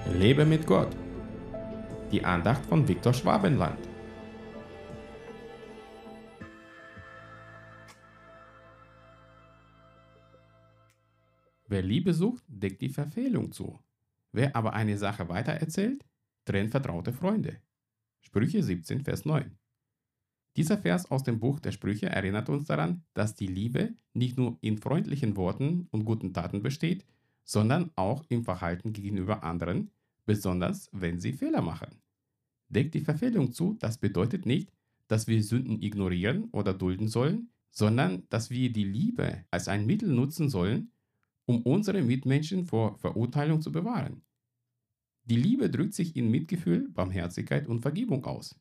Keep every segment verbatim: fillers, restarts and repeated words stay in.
Lebe mit Gott. Die Andacht von Viktor Schwabenland. Wer Liebe sucht, deckt die Verfehlung zu. Wer aber eine Sache weitererzählt, trennt vertraute Freunde. Sprüche siebzehn, Vers neun. Dieser Vers aus dem Buch der Sprüche erinnert uns daran, dass die Liebe nicht nur in freundlichen Worten und guten Taten besteht, sondern auch im Verhalten gegenüber anderen, besonders wenn sie Fehler machen. Deckt die Verfehlung zu, das bedeutet nicht, dass wir Sünden ignorieren oder dulden sollen, sondern dass wir die Liebe als ein Mittel nutzen sollen, um unsere Mitmenschen vor Verurteilung zu bewahren. Die Liebe drückt sich in Mitgefühl, Barmherzigkeit und Vergebung aus.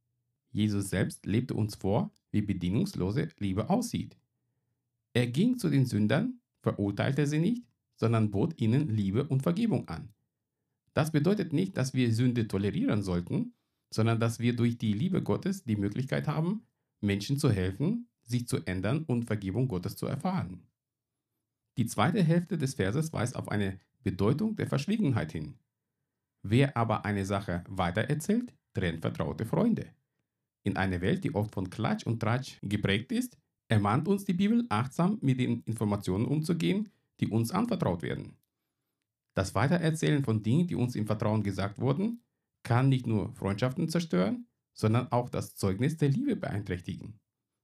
Jesus selbst lebte uns vor, wie bedingungslose Liebe aussieht. Er ging zu den Sündern, verurteilte sie nicht, sondern bot ihnen Liebe und Vergebung an. Das bedeutet nicht, dass wir Sünde tolerieren sollten, sondern dass wir durch die Liebe Gottes die Möglichkeit haben, Menschen zu helfen, sich zu ändern und Vergebung Gottes zu erfahren. Die zweite Hälfte des Verses weist auf eine Bedeutung der Verschwiegenheit hin. Wer aber eine Sache weitererzählt, trennt vertraute Freunde. In einer Welt, die oft von Klatsch und Tratsch geprägt ist, ermahnt uns die Bibel, achtsam mit den Informationen umzugehen, die uns anvertraut werden. Das Weitererzählen von Dingen, die uns im Vertrauen gesagt wurden, kann nicht nur Freundschaften zerstören, sondern auch das Zeugnis der Liebe beeinträchtigen.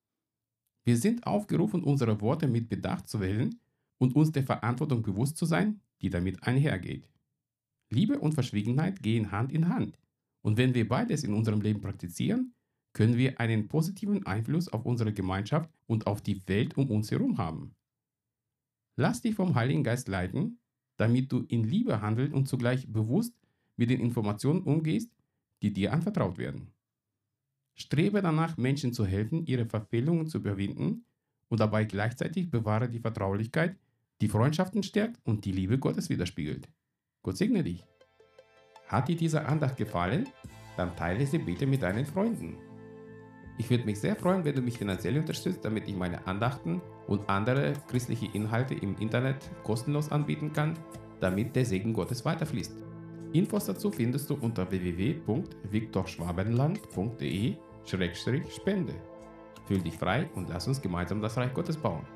Wir sind aufgerufen, unsere Worte mit Bedacht zu wählen und uns der Verantwortung bewusst zu sein, die damit einhergeht. Liebe und Verschwiegenheit gehen Hand in Hand, und wenn wir beides in unserem Leben praktizieren, können wir einen positiven Einfluss auf unsere Gemeinschaft und auf die Welt um uns herum haben. Lass dich vom Heiligen Geist leiten, damit du in Liebe handelst und zugleich bewusst mit den Informationen umgehst, die dir anvertraut werden. Strebe danach, Menschen zu helfen, ihre Verfehlungen zu überwinden, und dabei gleichzeitig bewahre die Vertraulichkeit, die Freundschaften stärkt und die Liebe Gottes widerspiegelt. Gott segne dich. Hat dir diese Andacht gefallen? Dann teile sie bitte mit deinen Freunden. Ich würde mich sehr freuen, wenn du mich finanziell unterstützt, damit ich meine Andachten und andere christliche Inhalte im Internet kostenlos anbieten kann, damit der Segen Gottes weiterfließt. Infos dazu findest du unter w w w punkt viktor schwabenland punkt de Schrägstrich Spende. Fühl dich frei und lass uns gemeinsam das Reich Gottes bauen.